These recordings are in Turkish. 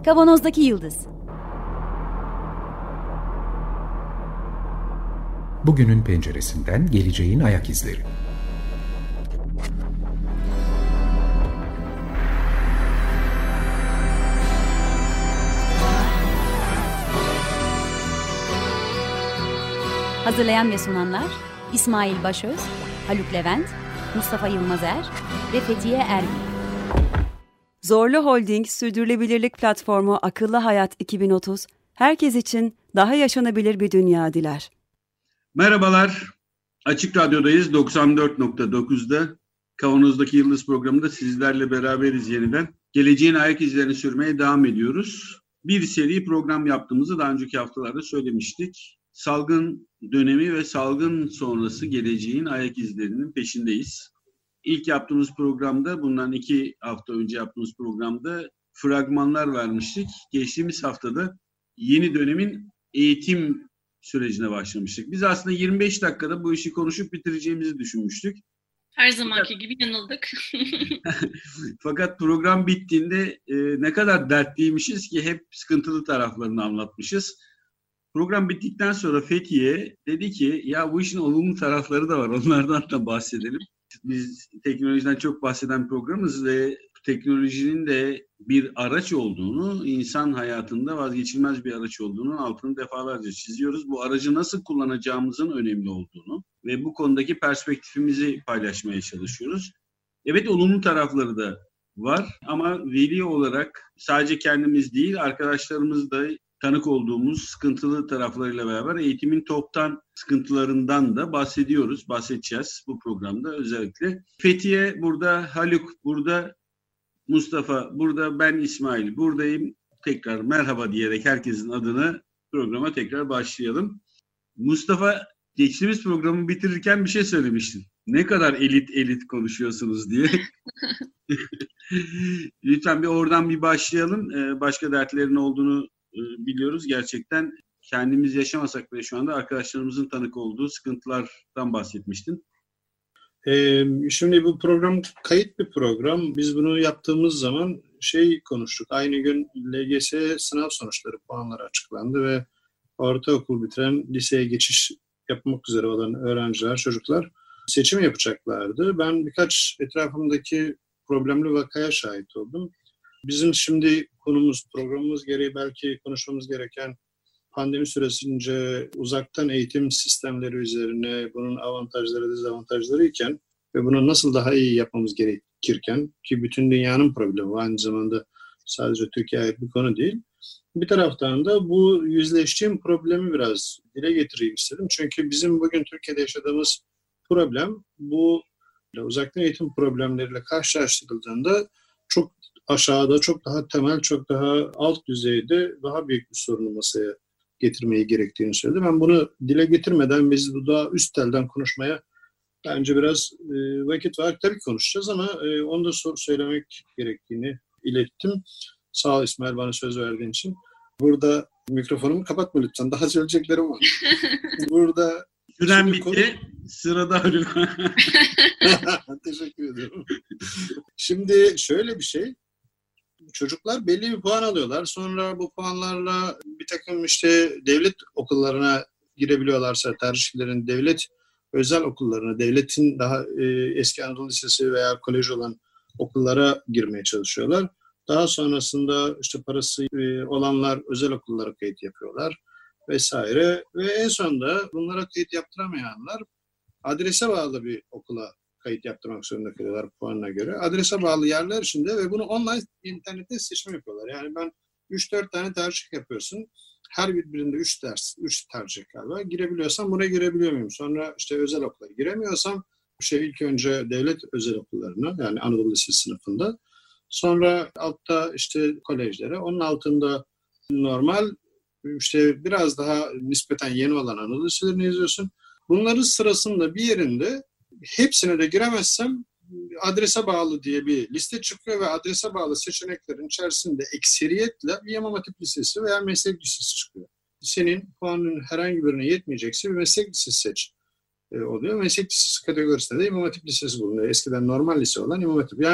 Kavanozdaki Yıldız. Bugünün penceresinden geleceğin ayak izleri. Hazırlayan ve sunanlar İsmail Başöz, Haluk Levent, Mustafa Yılmazer ve Fethiye Erbil. Zorlu Holding Sürdürülebilirlik Platformu Akıllı Hayat 2030, herkes için daha yaşanabilir bir dünya diler. Merhabalar, Açık Radyo'dayız 94.9'da. Kavanozdaki Yıldız programında sizlerle beraberiz yeniden. Geleceğin ayak izlerini sürmeye devam ediyoruz. Bir seri program yaptığımızı daha önceki haftalarda söylemiştik. Salgın dönemi ve salgın sonrası geleceğin ayak izlerinin peşindeyiz. İlk yaptığımız programda, bundan 2 hafta önce yaptığımız programda fragmanlar vermiştik. Geçtiğimiz haftada yeni dönemin eğitim sürecine başlamıştık. Biz aslında 25 dakikada bu işi konuşup bitireceğimizi düşünmüştük. Her zamanki gibi yanıldık. Fakat program bittiğinde ne kadar dertliymişiz ki hep sıkıntılı taraflarını anlatmışız. Program bittikten sonra Fethiye dedi ki ya bu işin olumlu tarafları da var, onlardan da bahsedelim. Biz teknolojiden çok bahseden programız ve teknolojinin de bir araç olduğunu, insan hayatında vazgeçilmez bir araç olduğunun altını defalarca çiziyoruz. Bu aracı nasıl kullanacağımızın önemli olduğunu ve bu konudaki perspektifimizi paylaşmaya çalışıyoruz. Evet, olumlu tarafları da var ama veli olarak sadece kendimiz değil, arkadaşlarımız da tanık olduğumuz sıkıntılı taraflarıyla beraber eğitimin toptan sıkıntılarından da bahsedeceğiz bu programda özellikle. Fethiye burada, Haluk burada, Mustafa burada, ben İsmail buradayım. Tekrar merhaba diyerek herkesin adına programa tekrar başlayalım. Mustafa, geçtiğimiz programı bitirirken bir şey söylemiştin. Ne kadar elit konuşuyorsunuz diye. Lütfen bir oradan bir başlayalım. Başka dertlerin olduğunu biliyoruz. Gerçekten kendimiz yaşamasak bile şu anda arkadaşlarımızın tanık olduğu sıkıntılardan bahsetmiştin. Şimdi bu program kayıt bir program. Biz bunu yaptığımız zaman konuştuk. Aynı gün LGS sınav sonuçları, puanları açıklandı ve ortaokul bitiren liseye geçiş yapmak üzere olan öğrenciler, çocuklar seçim yapacaklardı. Ben birkaç etrafımdaki problemli vakaya şahit oldum. Bizim şimdi programımız gereği belki konuşmamız gereken pandemi süresince uzaktan eğitim sistemleri üzerine, bunun avantajları, dezavantajları iken ve bunu nasıl daha iyi yapmamız gerekirken, ki bütün dünyanın problemi, aynı zamanda sadece Türkiye'ye ait bir konu değil. Bir taraftan da bu yüzleştiğim problemi biraz dile getireyim istedim. Çünkü bizim bugün Türkiye'de yaşadığımız problem, bu uzaktan eğitim problemleriyle karşılaştırıldığında çok aşağıda, çok daha temel, çok daha alt düzeyde daha büyük bir sorunu masaya getirmeyi gerektiğini söyledi. Ben bunu dile getirmeden biz daha üst telden konuşmaya bence biraz vakit var. Tabii konuşacağız ama onu da söylemek gerektiğini ilettim. Sağ ol İsmail, bana söz verdiğin için. Burada mikrofonumu kapatma lütfen. Daha söyleyeceklerim var. Burada süren bitti. Sırada Haluk. Teşekkür ederim. Şimdi şöyle bir şey. Çocuklar belli bir puan alıyorlar. Sonra bu puanlarla bir takım devlet okullarına girebiliyorlarsa tercihlerin devlet özel okullarına, devletin daha eski Anadolu Lisesi veya kolej olan okullara girmeye çalışıyorlar. Daha sonrasında parası olanlar özel okullara kayıt yapıyorlar vesaire. Ve en sonunda bunlara kayıt yaptıramayanlar adrese bağlı bir okula kayıt yaptırmak zorunda kalıyorlar puanına göre. Adrese bağlı yerler içinde ve bunu online internette seçim yapıyorlar. Yani ben 3-4 tane tercih yapıyorsun. Her birinde 3 tercih galiba. Girebiliyorsam buraya girebiliyor muyum? Sonra özel okula giremiyorsam ilk önce devlet özel okullarına, yani Anadolu Lisesi sınıfında. Sonra altta kolejlere. Onun altında normal biraz daha nispeten yeni olan Anadolu Lisesi'lerini yazıyorsun. Bunların sırasında bir yerinde hepsine de giremezsem adrese bağlı diye bir liste çıkıyor ve adrese bağlı seçeneklerin içerisinde ekseriyetle bir İmam Hatip Lisesi veya meslek lisesi çıkıyor. Senin puanın herhangi birine yetmeyecekse bir meslek lisesi seç oluyor. Meslek lisesi kategorisinde de İmam Hatip Lisesi bulunuyor. Eskiden normal lise olan İmam Hatip. Yani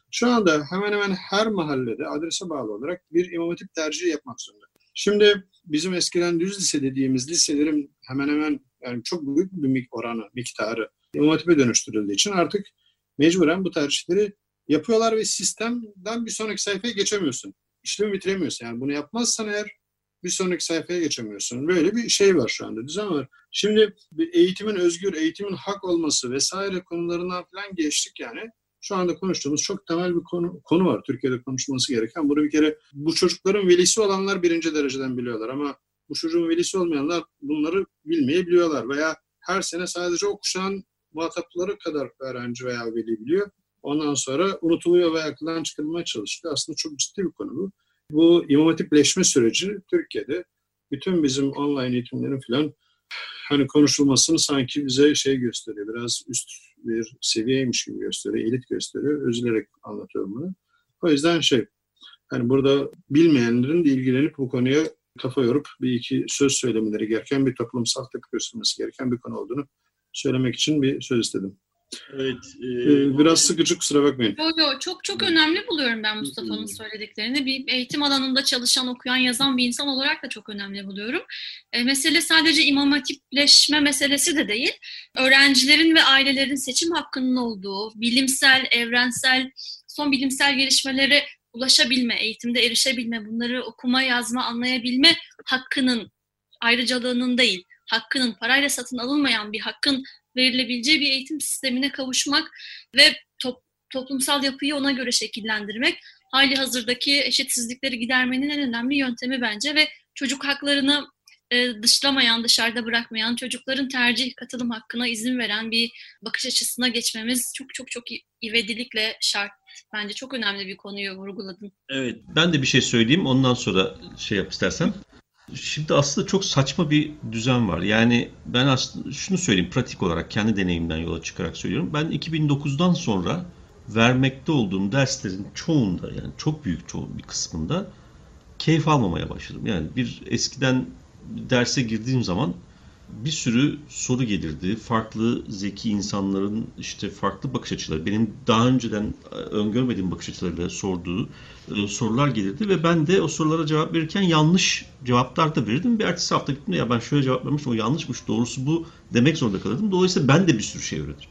Şu anda hemen hemen her mahallede adrese bağlı olarak bir İmam Hatip tercihi yapmak zorunda. Şimdi bizim eskiden düz lise dediğimiz liselerin hemen hemen yani çok büyük bir miktarı İmam Hatip'e dönüştürüldüğü için artık mecburen bu tercihleri yapıyorlar ve sistemden bir sonraki sayfaya geçemiyorsun. İşlemi bitiremiyorsun. Yani bunu yapmazsan eğer bir sonraki sayfaya geçemiyorsun. Böyle bir şey var şu anda, düzen var. Şimdi eğitimin özgür, eğitimin hak olması vesaire konularından falan geçtik yani. Şu anda konuştuğumuz çok temel bir konu var. Türkiye'de konuşulması gereken. Bunu bir kere bu çocukların velisi olanlar birinci dereceden biliyorlar ama bu çocuğun velisi olmayanlar bunları bilmeyebiliyorlar veya her sene sadece o kuşağın muhatapları kadar öğrenci veya veli biliyor. Ondan sonra unutuluyor veya akıldan çıkarılmaya çalışılıyor. Aslında çok ciddi bir konu bu. Bu İmam Hatipleşme süreci Türkiye'de bütün bizim online eğitimlerin falan hani konuşulmasını sanki bize şey gösteriyor. Biraz üst bir seviyeymiş gibi gösteriyor, elit gösteriyor. Üzülerek anlatıyorum bunu. O yüzden hani burada bilmeyenlerin de ilgilenip bu konuya kafa yorup bir iki söz söylemeleri gereken, bir toplumsal tepki göstermesi gereken bir konu olduğunu söylemek için bir söz istedim. Evet. Biraz sıkıcı, kusura bakmayın. Çok önemli buluyorum ben Mustafa'nın söylediklerini. Bir eğitim alanında çalışan, okuyan, yazan bir insan olarak da çok önemli buluyorum. Mesele sadece İmam Hatipleşme meselesi de değil. Öğrencilerin ve ailelerin seçim hakkının olduğu, bilimsel, evrensel, son bilimsel gelişmelere ulaşabilme, eğitimde erişebilme, bunları okuma, yazma, anlayabilme hakkının, ayrıcalığının değil, hakkının, parayla satın alınmayan bir hakkın verilebileceği bir eğitim sistemine kavuşmak ve toplumsal yapıyı ona göre şekillendirmek hali hazırdaki eşitsizlikleri gidermenin en önemli yöntemi bence ve çocuk haklarını dışlamayan, dışarıda bırakmayan, çocukların tercih, katılım hakkına izin veren bir bakış açısına geçmemiz çok ivedilikle şart. Bence çok önemli bir konuyu vurguladın. Evet. Ben de bir şey söyleyeyim, ondan sonra yap istersen. Şimdi aslında çok saçma bir düzen var. Yani ben aslında şunu söyleyeyim, pratik olarak kendi deneyimden yola çıkarak söylüyorum. Ben 2009'dan sonra vermekte olduğum derslerin çoğunda, yani çok büyük bir kısmında keyif almamaya başladım. Yani eskiden derse girdiğim zaman bir sürü soru gelirdi. Farklı zeki insanların farklı bakış açıları, benim daha önceden öngörmediğim bakış açılarıyla sorduğu sorular gelirdi ve ben de o sorulara cevap verirken yanlış cevaplar da verirdim. Bir ertesi hafta gittim ya ben şöyle cevap vermiştim, o yanlışmış, doğrusu bu demek zorunda kalırdım. Dolayısıyla ben de bir sürü şey öğrenirdim.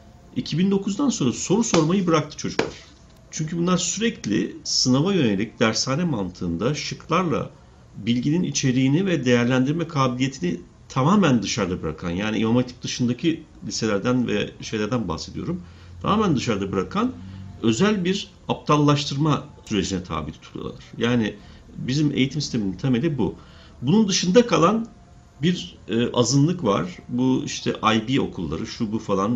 2009'dan sonra soru sormayı bıraktı çocuklar. Çünkü bunlar sürekli sınava yönelik dershane mantığında şıklarla bilginin içeriğini ve değerlendirme kabiliyetini tamamen dışarıda bırakan, yani İmam Hatip dışındaki liselerden ve şeylerden bahsediyorum. Tamamen dışarıda bırakan özel bir aptallaştırma sürecine tabi tutuluyorlar. Yani bizim eğitim sisteminin temeli bu. Bunun dışında kalan bir azınlık var. Bu IB okulları, şu bu falan.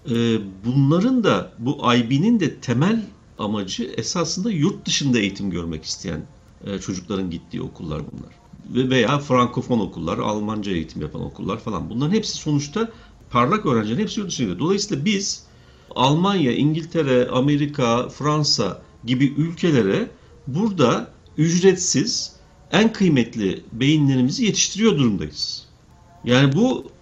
Bunların da, bu IB'nin de temel amacı esasında yurt dışında eğitim görmek isteyen çocukların gittiği okullar bunlar. Veya Frankofon okullar, Almanca eğitim yapan okullar falan. Bunların hepsi sonuçta parlak öğrencilerin hepsi yurt dışında. Dolayısıyla biz Almanya, İngiltere, Amerika, Fransa gibi ülkelere burada ücretsiz en kıymetli beyinlerimizi yetiştiriyor durumdayız. Yani bu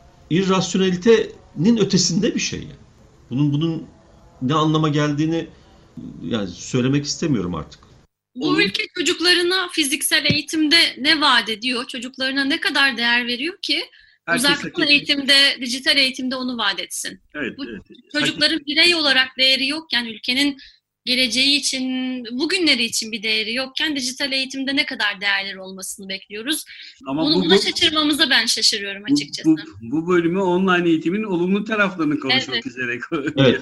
irrasyonelitenin ötesinde bir şey. Yani. Bunun ne anlama geldiğini yani söylemek istemiyorum artık. Bu ülke çocuklarına fiziksel eğitimde ne vaat ediyor? Çocuklarına ne kadar değer veriyor ki uzaktan eğitimde, dijital eğitimde onu vaat etsin? Evet, evet. Çocukların birey olarak değeri yokken, ülkenin geleceği için, bugünleri için bir değeri yokken dijital eğitimde ne kadar değerli olmasını bekliyoruz. Ama buna şaşırmamıza ben şaşırıyorum açıkçası. Bu bölümü online eğitimin olumlu taraflarını konuşmak üzere. Evet.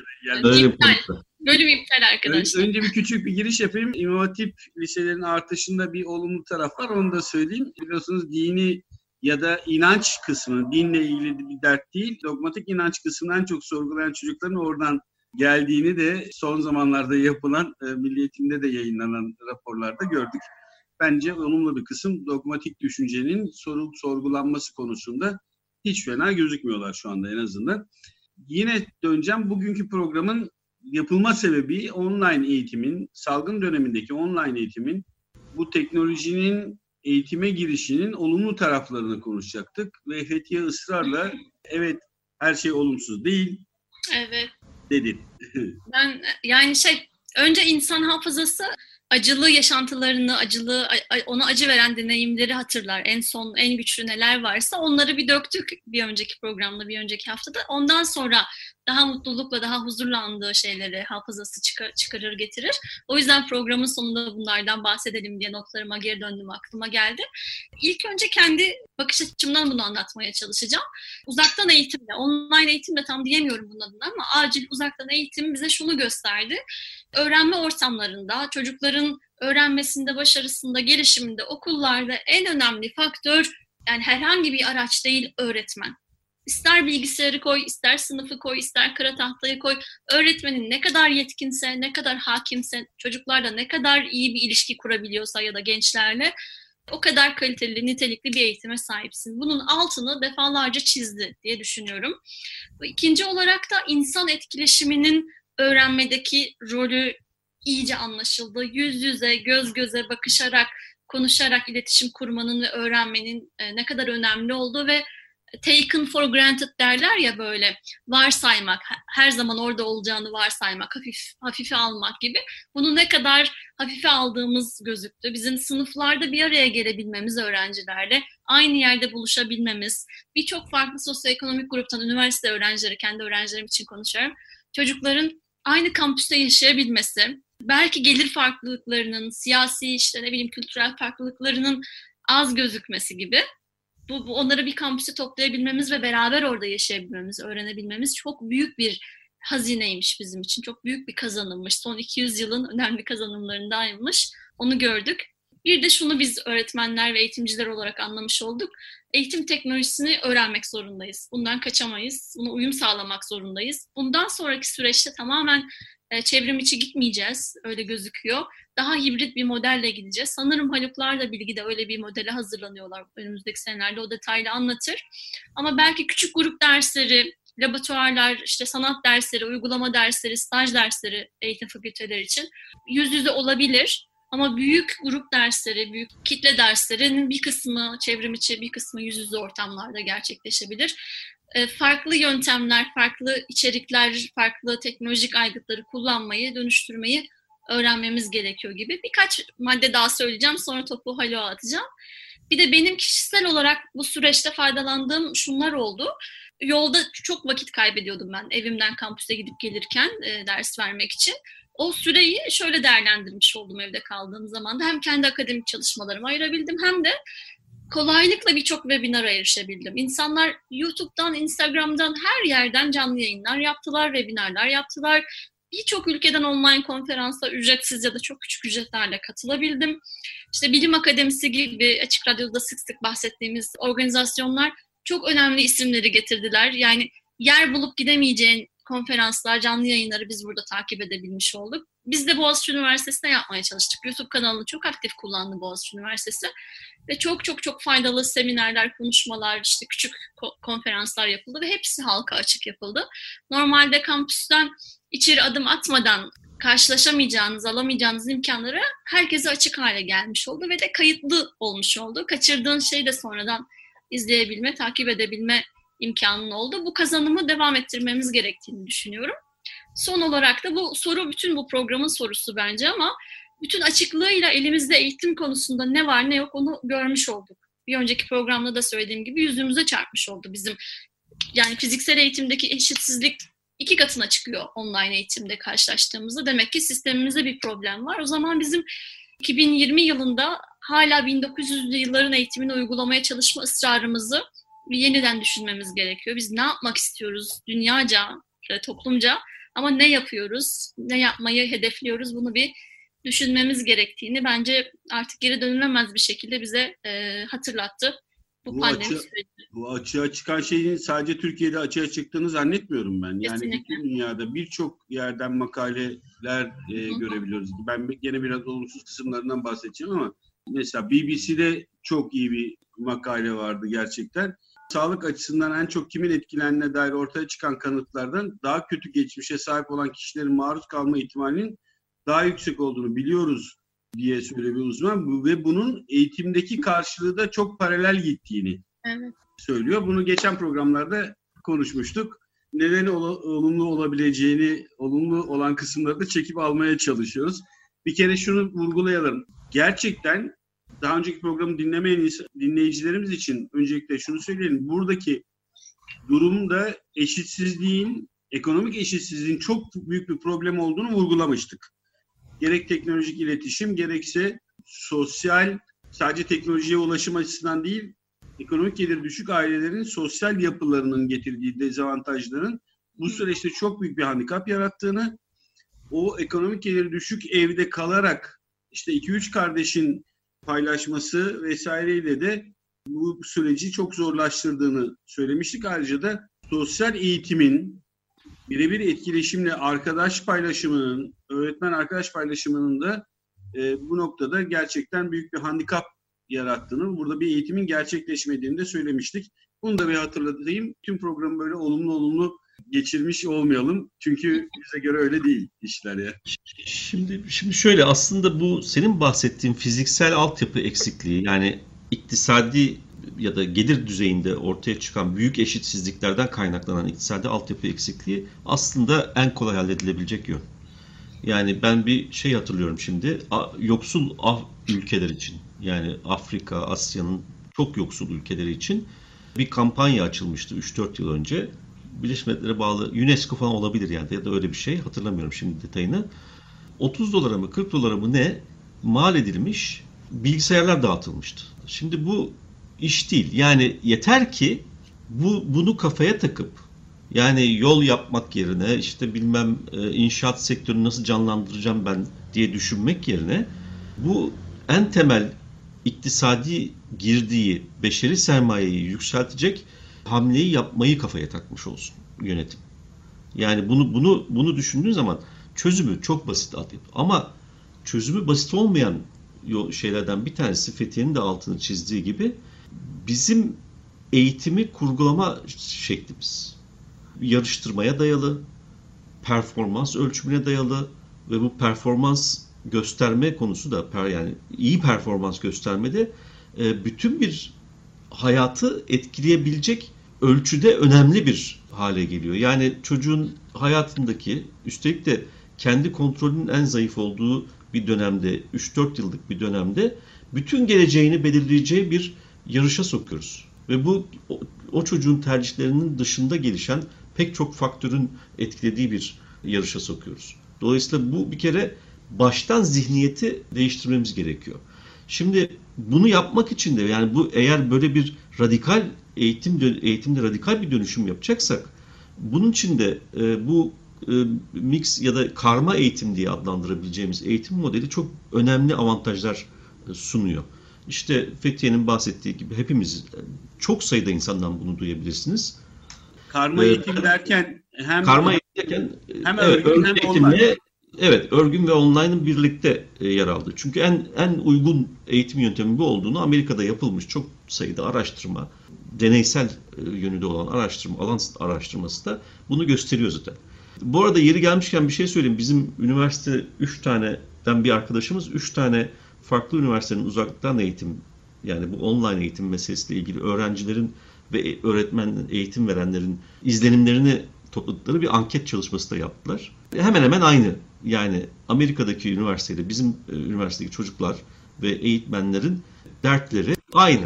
Bölüm iptal arkadaşlar. Önce bir küçük bir giriş yapayım. İmam Hatip liselerin artışında bir olumlu taraf var. Onu da söyleyeyim. Biliyorsunuz dini ya da inanç kısmı, dinle ilgili bir dert değil. Dogmatik inanç kısmından çok sorgulayan çocukların oradan geldiğini de son zamanlarda yapılan, Milli Eğitim'de de yayınlanan raporlarda gördük. Bence olumlu bir kısım, dogmatik düşüncenin sorgulanması konusunda hiç fena gözükmüyorlar şu anda en azından. Yine döneceğim, bugünkü programın yapılma sebebi online eğitimin, salgın dönemindeki online eğitimin, bu teknolojinin eğitime girişinin olumlu taraflarını konuşacaktık. Ve Fethiye ısrarla evet her şey olumsuz değil evet dedi. Ben yani Önce insan hafızası acılı yaşantılarını, ona acı veren deneyimleri hatırlar. En son, en güçlü neler varsa onları bir döktük bir önceki programda, bir önceki haftada. Ondan sonra daha mutlulukla, daha huzurlandığı şeyleri hafızası çıkarır getirir. O yüzden programın sonunda bunlardan bahsedelim diye notlarıma geri döndüm, aklıma geldi. İlk önce kendi bakış açımdan bunu anlatmaya çalışacağım. Uzaktan eğitimle, online eğitimle tam diyemiyorum bunun adına ama acil uzaktan eğitim bize şunu gösterdi. Öğrenme ortamlarında, çocukların öğrenmesinde, başarısında, gelişiminde, okullarda en önemli faktör, yani herhangi bir araç değil, öğretmen. İster bilgisayarı koy, ister sınıfı koy, ister kara tahtayı koy. Öğretmenin ne kadar yetkinse, ne kadar hakimse, çocuklarla ne kadar iyi bir ilişki kurabiliyorsa ya da gençlerle o kadar kaliteli, nitelikli bir eğitime sahipsin. Bunun altını defalarca çizdi diye düşünüyorum. İkinci olarak da insan etkileşiminin öğrenmedeki rolü iyice anlaşıldı. Yüz yüze, göz göze bakışarak, konuşarak iletişim kurmanın ve öğrenmenin ne kadar önemli olduğu ve taken for granted derler ya, böyle varsaymak, her zaman orada olacağını varsaymak, hafife almak gibi. Bunu ne kadar hafife aldığımız gözüktü. Bizim sınıflarda bir araya gelebilmemiz öğrencilerle, aynı yerde buluşabilmemiz, birçok farklı sosyoekonomik gruptan üniversite öğrencileri, kendi öğrencilerim için konuşuyorum, çocukların aynı kampüste yaşayabilmesi, belki gelir farklılıklarının, siyasi, kültürel farklılıklarının az gözükmesi gibi. Bu onları bir kampüse toplayabilmemiz ve beraber orada yaşayabilmemiz, öğrenebilmemiz çok büyük bir hazineymiş bizim için. Çok büyük bir kazanımmış. Son 200 yılın önemli kazanımlarındaymış. Onu gördük. Bir de şunu biz öğretmenler ve eğitimciler olarak anlamış olduk. Eğitim teknolojisini öğrenmek zorundayız. Bundan kaçamayız. Buna uyum sağlamak zorundayız. Bundan sonraki süreçte tamamen çevrim içi gitmeyeceğiz. Öyle gözüküyor. Daha hibrit bir modelle gideceğiz. Sanırım Haluklarla Bilgi'de öyle bir modele hazırlanıyorlar önümüzdeki senelerde. O detaylı anlatır. Ama belki küçük grup dersleri, laboratuvarlar, sanat dersleri, uygulama dersleri, staj dersleri eğitim fakülteleri için yüz yüze olabilir. Ama büyük grup dersleri, büyük kitle derslerinin bir kısmı çevrim içi, bir kısmı yüz yüze ortamlarda gerçekleşebilir. Farklı yöntemler, farklı içerikler, farklı teknolojik aygıtları kullanmayı, dönüştürmeyi öğrenmemiz gerekiyor gibi. Birkaç madde daha söyleyeceğim, sonra topu Haluk'a atacağım. Bir de benim kişisel olarak bu süreçte faydalandığım şunlar oldu. Yolda çok vakit kaybediyordum ben evimden kampüse gidip gelirken ders vermek için. O süreyi şöyle değerlendirmiş oldum evde kaldığım zaman da. Hem kendi akademik çalışmalarıma ayırabildim hem de kolaylıkla birçok webinara erişebildim. İnsanlar YouTube'dan, Instagram'dan, her yerden canlı yayınlar yaptılar, webinarlar yaptılar. Birçok ülkeden online konferansa ücretsiz ya da çok küçük ücretlerle katılabildim. Bilim Akademisi gibi Açık Radyo'da sık sık bahsettiğimiz organizasyonlar çok önemli isimleri getirdiler. Yani yer bulup gidemeyeceğin konferanslar, canlı yayınları biz burada takip edebilmiş olduk. Biz de Boğaziçi Üniversitesi'nde yapmaya çalıştık. YouTube kanalını çok aktif kullandı Boğaziçi Üniversitesi. Ve çok çok çok faydalı seminerler, konuşmalar, küçük konferanslar yapıldı ve hepsi halka açık yapıldı. Normalde kampüsten içeri adım atmadan karşılaşamayacağınız, alamayacağınız imkanları herkese açık hale gelmiş oldu ve de kayıtlı olmuş oldu. Kaçırdığın şeyi de sonradan izleyebilme, takip edebilme imkanın oldu. Bu kazanımı devam ettirmemiz gerektiğini düşünüyorum. Son olarak da bu soru bütün bu programın sorusu bence ama bütün açıklığıyla elimizde eğitim konusunda ne var ne yok onu görmüş olduk. Bir önceki programda da söylediğim gibi yüzümüze çarpmış oldu bizim. Yani fiziksel eğitimdeki eşitsizlik 2 katına çıkıyor online eğitimde karşılaştığımızda. Demek ki sistemimizde bir problem var. O zaman bizim 2020 yılında hala 1900'lü yılların eğitimini uygulamaya çalışma ısrarımızı yeniden düşünmemiz gerekiyor. Biz ne yapmak istiyoruz dünyaca, toplumca ama ne yapıyoruz, ne yapmayı hedefliyoruz bunu bir düşünmemiz gerektiğini bence artık geri dönülemez bir şekilde bize hatırlattı bu pandemi süreci. Bu açığa çıkan şeyin sadece Türkiye'de açığa çıktığını zannetmiyorum ben. Yani Kesinlikle. bütün dünyada birçok yerden makaleler görebiliyoruz. Ben gene biraz olumsuz kısımlarından bahsedeceğim ama mesela BBC'de çok iyi bir makale vardı gerçekten. Sağlık açısından en çok kimin etkilendiğine dair ortaya çıkan kanıtlardan daha kötü geçmişe sahip olan kişilerin maruz kalma ihtimalinin daha yüksek olduğunu biliyoruz diye söylüyor bir uzman ve bunun eğitimdeki karşılığı da çok paralel gittiğini söylüyor. Bunu geçen programlarda konuşmuştuk. neden olumlu olabileceğini, olumlu olan kısımları da çekip almaya çalışıyoruz. Bir kere şunu vurgulayalım. Gerçekten daha önceki programı dinlemeyen dinleyicilerimiz için öncelikle şunu söyleyelim. Buradaki durumda eşitsizliğin, ekonomik eşitsizliğin çok büyük bir problem olduğunu vurgulamıştık. Gerek teknolojik iletişim, gerekse sosyal, sadece teknolojiye ulaşım açısından değil, ekonomik geliri düşük ailelerin sosyal yapılarının getirdiği dezavantajların bu süreçte çok büyük bir handikap yarattığını, o ekonomik geliri düşük evde kalarak işte 2-3 kardeşin paylaşması vesaireyle de bu süreci çok zorlaştırdığını söylemiştik. Ayrıca da sosyal eğitimin birebir etkileşimle arkadaş paylaşımının, öğretmen arkadaş paylaşımının da bu noktada gerçekten büyük bir handikap yarattığını, burada bir eğitimin gerçekleşmediğini de söylemiştik. Bunu da bir hatırlatayım. Tüm programı böyle olumlu geçirmiş olmayalım. Çünkü bize göre öyle değil işler ya. Şimdi şöyle, aslında bu senin bahsettiğin fiziksel altyapı eksikliği, yani iktisadi ya da gelir düzeyinde ortaya çıkan büyük eşitsizliklerden kaynaklanan iktisadi altyapı eksikliği aslında en kolay halledilebilecek yön. Yani ben bir şey hatırlıyorum şimdi, yoksul ülkeler için, yani Afrika, Asya'nın çok yoksul ülkeleri için bir kampanya açılmıştı 3-4 yıl önce. Birleşmiş Milletler'e bağlı, UNESCO falan olabilir yani, ya da öyle bir şey, hatırlamıyorum şimdi detayını. 30 dolara mı 40 dolara mı ne mal edilmiş bilgisayarlar dağıtılmıştı. Şimdi bu iş değil. Yani yeter ki bunu kafaya takıp, yani yol yapmak yerine işte bilmem inşaat sektörünü nasıl canlandıracağım ben diye düşünmek yerine bu en temel iktisadi girdiği beşeri sermayeyi yükseltecek hamleyi yapmayı kafaya takmış olsun yönetim. Yani bunu düşündüğün zaman çözümü çok basit altyapı. Ama çözümü basit olmayan şeylerden bir tanesi, Fethiye'nin de altını çizdiği gibi, bizim eğitimi kurgulama şeklimiz. Yarıştırmaya dayalı, performans ölçümüne dayalı ve bu performans gösterme konusu da, yani iyi performans göstermede bütün bir hayatı etkileyebilecek ölçüde önemli bir hale geliyor. Yani çocuğun hayatındaki, üstelik de kendi kontrolünün en zayıf olduğu bir dönemde, 3-4 yıllık bir dönemde bütün geleceğini belirleyeceği bir yarışa sokuyoruz. Ve bu o çocuğun tercihlerinin dışında gelişen pek çok faktörün etkilediği bir yarışa sokuyoruz. Dolayısıyla bu bir kere baştan zihniyeti değiştirmemiz gerekiyor. Şimdi bunu yapmak için de, yani bu, eğer böyle bir radikal eğitimde radikal bir dönüşüm yapacaksak, bunun için de bu mix ya da karma eğitim diye adlandırabileceğimiz eğitim modeli çok önemli avantajlar sunuyor. İşte Fethiye'nin bahsettiği gibi hepimiz, çok sayıda insandan bunu duyabilirsiniz. Karma eğitim derken hem evet, örgün hem online. Evet, örgün ve online'ın birlikte yer aldığı. Çünkü en uygun eğitim yöntemi bu olduğunu Amerika'da yapılmış çok sayıda araştırma, deneysel yönü de olan alan araştırması da bunu gösteriyor zaten. Bu arada yeri gelmişken bir şey söyleyeyim. Bizim üniversite 3 taneden bir arkadaşımız 3 tane farklı üniversitenin uzaktan eğitim, yani bu online eğitim meselesiyle ilgili öğrencilerin ve eğitim verenlerin izlenimlerini topladıkları bir anket çalışması da yaptılar. Hemen hemen aynı. Yani Amerika'daki üniversiteyle bizim üniversitedeki çocuklar ve eğitmenlerin dertleri aynı.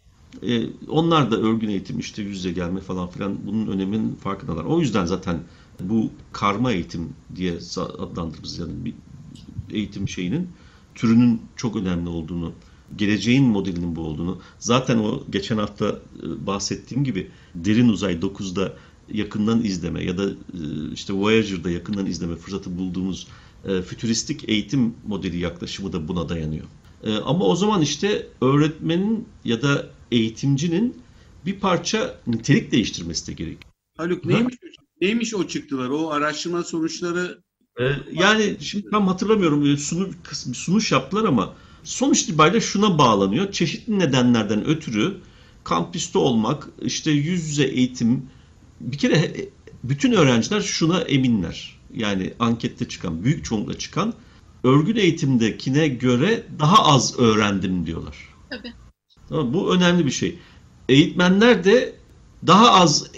Onlar da örgün eğitim, işte yüz yüze gelme falan filan, bunun öneminin farkındalar. O yüzden zaten bu karma eğitim diye adlandırdığımız, yani bir eğitim şeyinin türünün çok önemli olduğunu, geleceğin modelinin bu olduğunu, zaten o geçen hafta bahsettiğim gibi derin uzay 9'da yakından izleme ya da işte Voyager'da yakından izleme fırsatı bulduğumuz fütüristik eğitim modeli yaklaşımı da buna dayanıyor. Ama o zaman işte öğretmenin ya da eğitimcinin bir parça nitelik değiştirmesi de gerekiyor. Haluk, neymiş o çıktılar? O araştırma sonuçları? Yani şimdi tam hatırlamıyorum. Sunuş yaptılar ama sonuç itibariyle şuna bağlanıyor. Çeşitli nedenlerden ötürü kampüste olmak, işte yüz yüze eğitim, bir kere bütün öğrenciler şuna eminler. Yani ankette çıkan, büyük çoğunlukla çıkan, örgün eğitimdekine göre daha az öğrendim diyorlar. Tabii. Tamam, bu önemli bir şey. Eğitmenler de daha az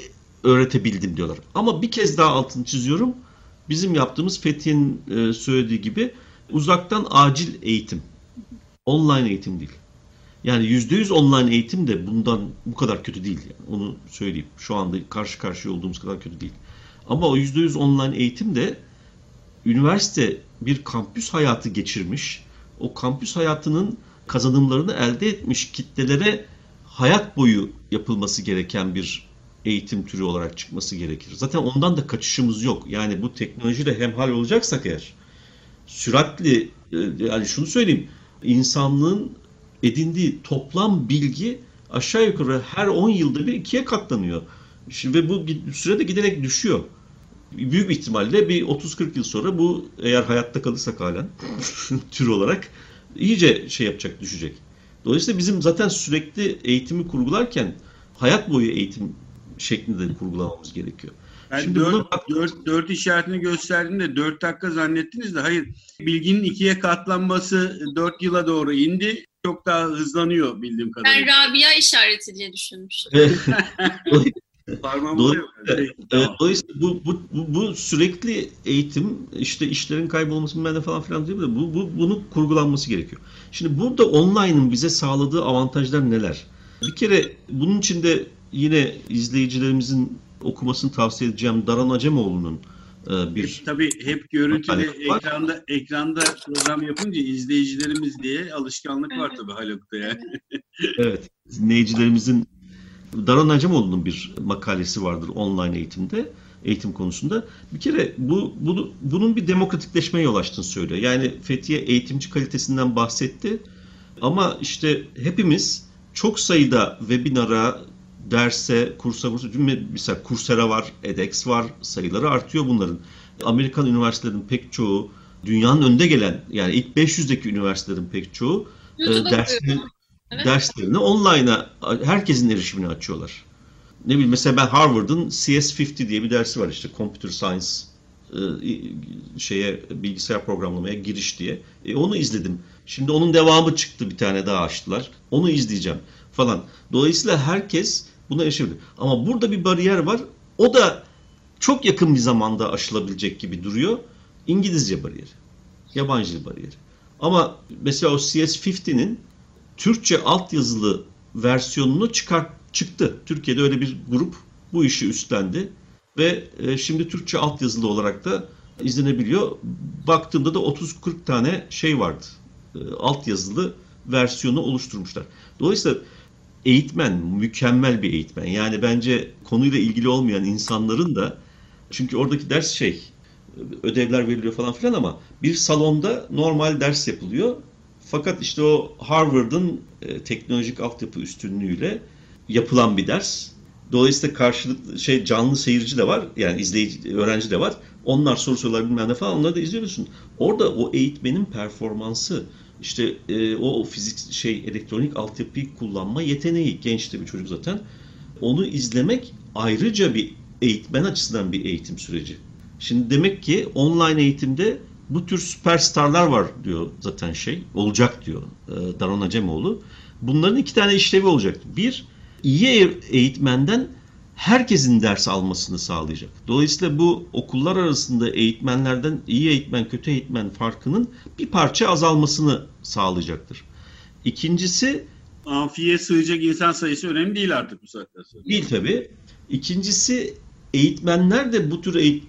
öğretebildim diyorlar. Ama bir kez daha altını çiziyorum. Bizim yaptığımız Fethiye'nin söylediği gibi uzaktan acil eğitim. Online eğitim değil. Yani %100 online eğitim de bundan bu kadar kötü değil. Yani onu söyleyeyim. Şu anda karşı karşıya olduğumuz kadar kötü değil. Ama o %100 online eğitim de üniversite bir kampüs hayatı geçirmiş. O kampüs hayatının kazanımlarını elde etmiş kitlelere hayat boyu yapılması gereken bir eğitim türü olarak çıkması gerekir. Zaten ondan da kaçışımız yok. Yani bu teknolojiyle hemhal olacaksak eğer süratli, yani şunu söyleyeyim, insanlığın edindiği toplam bilgi aşağı yukarı her 10 yılda bir 2'ye katlanıyor. Ve bu sürede giderek düşüyor. Büyük bir ihtimalle bir 30-40 yıl sonra bu, eğer hayatta kalırsak halen tür olarak iyice şey yapacak, düşecek. Dolayısıyla bizim zaten sürekli eğitimi kurgularken hayat boyu eğitim şeklinde kurgulamamız gerekiyor. Yani Şimdi dört işaretini gösterdiğinde 4 dakika zannettiniz de hayır. Bilginin 2'ye katlanması 4 yıla doğru indi. Çok daha hızlanıyor bildiğim kadarıyla. Ben Rabia işareti diye düşünmüştüm. Dolayısıyla bu sürekli eğitim, işte işlerin kaybolması bende falan filan değil de bunu kurgulanması gerekiyor. Şimdi burada online'ın bize sağladığı avantajlar neler? Bir kere bunun içinde yine izleyicilerimizin okumasını tavsiye edeceğim Daron Acemoğlu'nun tabii hep görüntülü ekranda program yapınca izleyicilerimiz diye alışkanlık var tabii Haluk'ta yani. Evet, dinleyicilerimizin Daron Acemoğlu'nun bir makalesi vardır online eğitim konusunda. Bir kere bunun bir demokratikleşmeye yol açtığını söylüyor. Yani Fethiye eğitimci kalitesinden bahsetti. Ama işte hepimiz çok sayıda webinara, derse, kursa, mesela Coursera var, edX var, sayıları artıyor bunların. Amerikan üniversitelerinin pek çoğu, dünyanın önde gelen, yani ilk 500'deki üniversitelerin pek çoğu derslerini online'a, herkesin erişimini açıyorlar. Ne bileyim, mesela ben Harvard'ın CS50 diye bir dersi var, işte Computer Science bilgisayar programlamaya giriş diye. Onu izledim. Şimdi onun devamı çıktı, bir tane daha açtılar. Onu izleyeceğim falan. Dolayısıyla herkes buna erişebilir. Ama burada bir bariyer var. O da çok yakın bir zamanda aşılabilecek gibi duruyor. İngilizce bariyeri. Yabancı dil bariyeri. Ama mesela o CS50'nin Türkçe altyazılı versiyonunu çıktı. Türkiye'de öyle bir grup bu işi üstlendi. Ve şimdi Türkçe altyazılı olarak da izlenebiliyor. Baktığımda da 30-40 tane şey vardı. Altyazılı versiyonu oluşturmuşlar. Dolayısıyla eğitmen, mükemmel bir eğitmen. Yani bence konuyla ilgili olmayan insanların da, çünkü oradaki ders ödevler veriliyor falan filan ama bir salonda normal ders yapılıyor. Fakat işte o Harvard'ın teknolojik altyapı üstünlüğüyle yapılan bir ders. Dolayısıyla karşılıklı canlı seyirci de var. Yani izleyici, öğrenci de var. Onlar soru sorular bilmem ne falan, onları da izliyorsun. Orada o eğitmenin performansı, işte o fizik elektronik altyapıyı kullanma yeteneği, genç de bir çocuk zaten. Onu izlemek ayrıca bir eğitmen açısından bir eğitim süreci. Şimdi demek ki online eğitimde bu tür süperstarlar var diyor zaten olacak diyor Daron Acemoğlu. Bunların 2 tane işlevi olacak. Bir, iyi eğitmenden herkesin ders almasını sağlayacak. Dolayısıyla bu okullar arasında eğitmenlerden iyi eğitmen, kötü eğitmen farkının bir parça azalmasını sağlayacaktır. İkincisi, amfiye sığacak insan sayısı önemli değil artık bu saatten sonra. Değil tabii. İkincisi, eğitmenler de bu tür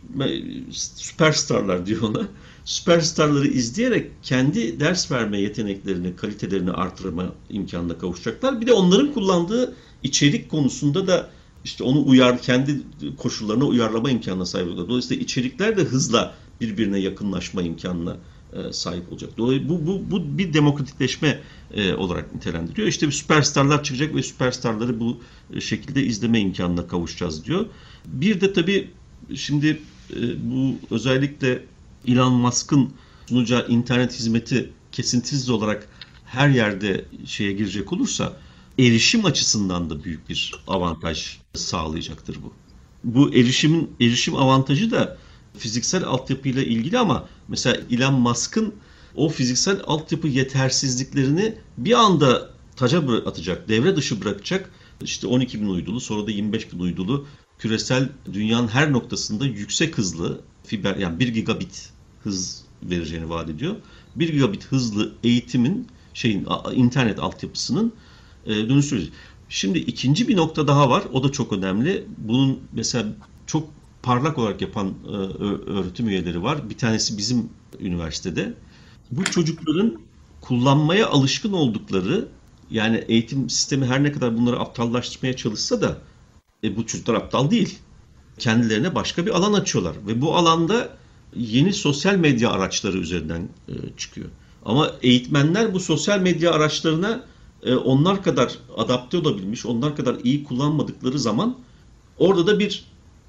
süperstarlar diyor ona. Süperstarları izleyerek kendi ders verme yeteneklerini, kalitelerini artırma imkanına kavuşacaklar. Bir de onların kullandığı içerik konusunda da işte onu kendi koşullarına uyarlama imkanına sahip olacaklar. Dolayısıyla içerikler de hızla birbirine yakınlaşma imkanına sahip olacak. Dolayısıyla bu bir demokratikleşme olarak nitelendiriyor. İşte bir süperstarlar çıkacak ve süperstarları bu şekilde izleme imkanına kavuşacağız diyor. Bir de tabii şimdi bu özellikle Elon Musk'ın sunacağı internet hizmeti kesintisiz olarak her yerde girecek olursa erişim açısından da büyük bir avantaj sağlayacaktır bu. Bu erişim avantajı da fiziksel altyapıyla ilgili ama mesela Elon Musk'ın o fiziksel altyapı yetersizliklerini bir anda taca atacak, devre dışı bırakacak. İşte 12.000 uydulu, sonra da 25.000 uydulu küresel dünyanın her noktasında yüksek hızlı fiber, yani 1 gigabit hız vereceğini vaat ediyor. 1 gigabit hızlı eğitimin internet altyapısının dönüştürücü. Şimdi ikinci bir nokta daha var. O da çok önemli. Bunun mesela çok parlak olarak yapan öğretim üyeleri var. Bir tanesi bizim üniversitede. Bu çocukların kullanmaya alışkın oldukları, yani eğitim sistemi her ne kadar bunları aptallaştırmaya çalışsa da bu çocuklar aptal değil. Kendilerine başka bir alan açıyorlar ve bu alanda yeni sosyal medya araçları üzerinden çıkıyor. Ama eğitmenler bu sosyal medya araçlarına onlar kadar adapte olabilmiş, onlar kadar iyi kullanmadıkları zaman orada da bir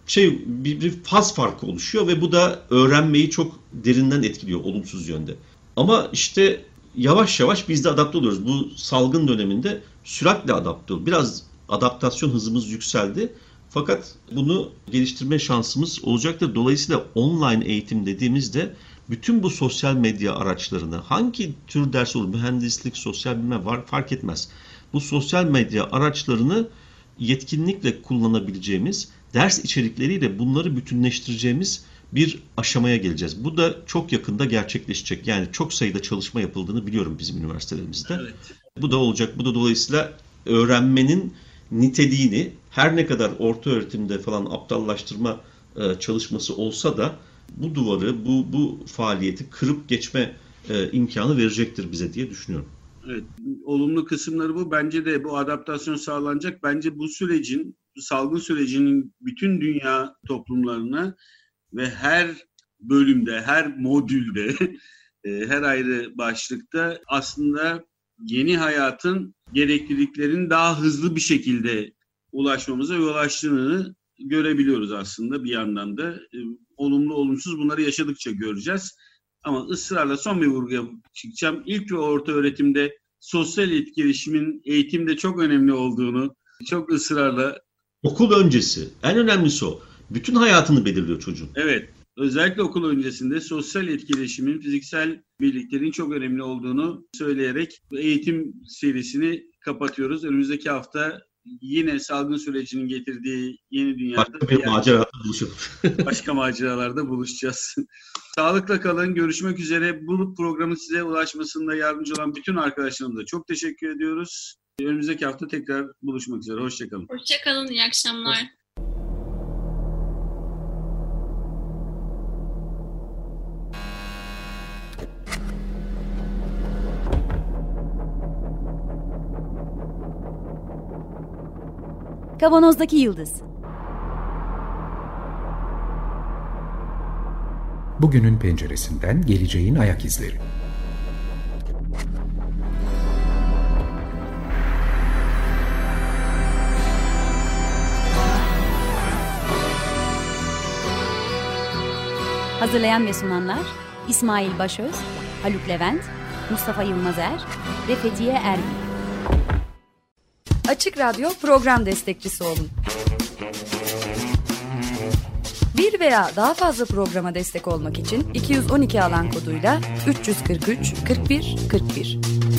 faz farkı oluşuyor ve bu da öğrenmeyi çok derinden etkiliyor olumsuz yönde. Ama işte yavaş yavaş biz de adapte oluyoruz. Bu salgın döneminde süratle adapte oluyoruz. Biraz adaptasyon hızımız yükseldi. Fakat bunu geliştirme şansımız olacaktır. Dolayısıyla online eğitim dediğimizde bütün bu sosyal medya araçlarını, hangi tür ders olur, mühendislik, sosyal bilme var, fark etmez. Bu sosyal medya araçlarını yetkinlikle kullanabileceğimiz, ders içerikleriyle bunları bütünleştireceğimiz bir aşamaya geleceğiz. Bu da çok yakında gerçekleşecek. Yani çok sayıda çalışma yapıldığını biliyorum bizim üniversitelerimizde. Evet. Bu da olacak. Bu da dolayısıyla öğrenmenin niteliğini, her ne kadar orta öğretimde falan aptallaştırma çalışması olsa da bu duvarı, bu faaliyeti kırıp geçme imkanı verecektir bize diye düşünüyorum. Evet, olumlu kısımları bu. Bence de bu adaptasyon sağlanacak. Bence bu sürecin, salgın sürecinin bütün dünya toplumlarına ve her bölümde, her modülde, her ayrı başlıkta aslında yeni hayatın gerekliliklerinin daha hızlı bir şekilde ulaşmamıza yol açtığını görebiliyoruz aslında bir yandan da. Olumlu, olumsuz bunları yaşadıkça göreceğiz. Ama ısrarla son bir vurguya çıkacağım. İlk ve orta öğretimde sosyal etkileşimin eğitimde çok önemli olduğunu çok ısrarla... Okul öncesi. En önemlisi o. Bütün hayatını belirliyor çocuğun. Evet. Özellikle okul öncesinde sosyal etkileşimin, fiziksel birliklerin çok önemli olduğunu söyleyerek eğitim serisini kapatıyoruz. Önümüzdeki hafta yine salgın sürecinin getirdiği yeni dünyada başka bir macerada buluşalım. Başka maceralarda buluşacağız. Sağlıkla kalın. Görüşmek üzere. Bu programın size ulaşmasında yardımcı olan bütün arkadaşlarımıza çok teşekkür ediyoruz. Önümüzdeki hafta tekrar buluşmak üzere. Hoşçakalın. Hoşçakalın. İyi akşamlar. Kavanozdaki Yıldız. Bugünün penceresinden geleceğin ayak izleri. Hazırlayan ve sunanlar İsmail Başöz, Haluk Levent, Mustafa Yılmazer ve Fethiye Erbil. Açık Radyo program destekçisi olun. Bir veya daha fazla programa destek olmak için 212 alan koduyla 343 41 41.